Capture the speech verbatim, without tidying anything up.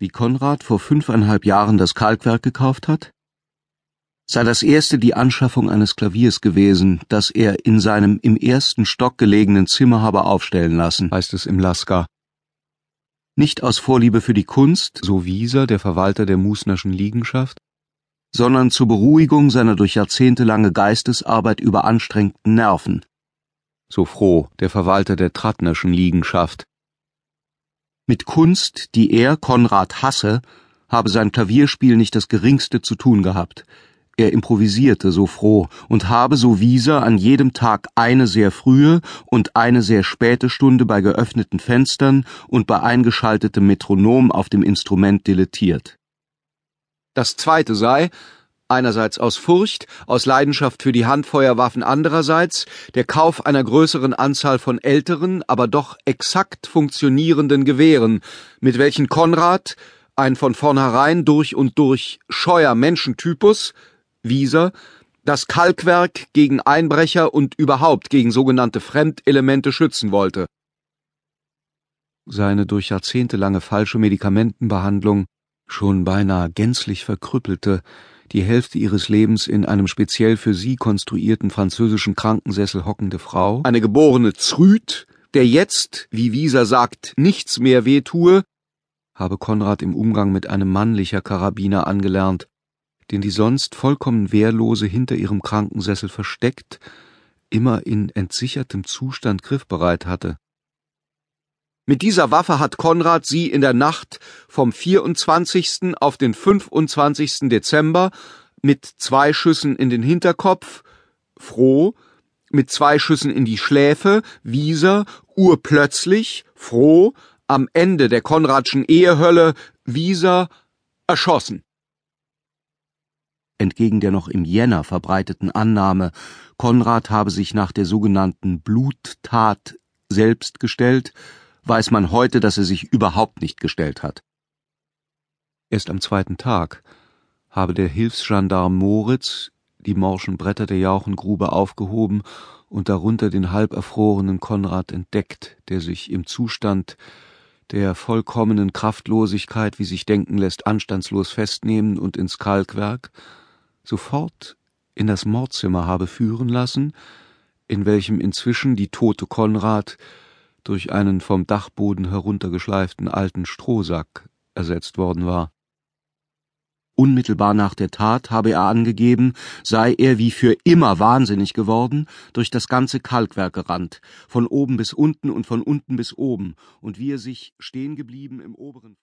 wie Konrad vor fünfeinhalb Jahren das Kalkwerk gekauft hat? Sei das erste die Anschaffung eines Klaviers gewesen, das er in seinem im ersten Stock gelegenen Zimmer habe aufstellen lassen, heißt es im Lasker. Nicht aus Vorliebe für die Kunst, so Wieser, der Verwalter der Musnerschen Liegenschaft, sondern zur Beruhigung seiner durch jahrzehntelange Geistesarbeit überanstrengten Nerven, so Froh, der Verwalter der Trattnerschen Liegenschaft. Mit Kunst, die er, Konrad, hasse, habe sein Klavierspiel nicht das geringste zu tun gehabt. Er improvisierte, so Froh, und habe, so Wieser, an jedem Tag eine sehr frühe und eine sehr späte Stunde bei geöffneten Fenstern und bei eingeschaltetem Metronom auf dem Instrument dilettiert. Das zweite sei, einerseits aus Furcht, aus Leidenschaft für die Handfeuerwaffen andererseits, der Kauf einer größeren Anzahl von älteren, aber doch exakt funktionierenden Gewehren, mit welchen Konrad, ein von vornherein durch und durch scheuer Menschentypus, Wieser, das Kalkwerk gegen Einbrecher und überhaupt gegen sogenannte Fremdelemente schützen wollte. Seine durch jahrzehntelange falsche Medikamentenbehandlung schon beinahe gänzlich verkrüppelte, die Hälfte ihres Lebens in einem speziell für sie konstruierten französischen Krankensessel hockende Frau, eine geborene Zrüt, der jetzt, wie Wieser sagt, nichts mehr wehtue, habe Konrad im Umgang mit einem mannlicher Karabiner angelernt, den die sonst vollkommen Wehrlose hinter ihrem Krankensessel versteckt, immer in entsichertem Zustand griffbereit hatte. Mit dieser Waffe hat Konrad sie in der Nacht vom vierundzwanzigsten auf den fünfundzwanzigsten Dezember mit zwei Schüssen in den Hinterkopf, Froh, mit zwei Schüssen in die Schläfe, Wieser, urplötzlich, Froh, am Ende der Konradschen Ehehölle, Wieser, erschossen. Entgegen der noch im Jänner verbreiteten Annahme, Konrad habe sich nach der sogenannten Bluttat selbst gestellt, weiß man heute, dass er sich überhaupt nicht gestellt hat. Erst am zweiten Tag habe der Hilfsgendarm Moritz die morschen Bretter der Jauchengrube aufgehoben und darunter den halb erfrorenen Konrad entdeckt, der sich im Zustand der vollkommenen Kraftlosigkeit, wie sich denken lässt, anstandslos festnehmen und ins Kalkwerk, sofort in das Mordzimmer habe führen lassen, in welchem inzwischen die tote Konrad durch einen vom Dachboden heruntergeschleiften alten Strohsack ersetzt worden war. Unmittelbar nach der Tat, habe er angegeben, sei er wie für immer wahnsinnig geworden, durch das ganze Kalkwerk gerannt, von oben bis unten und von unten bis oben, und wie er sich stehen geblieben im oberen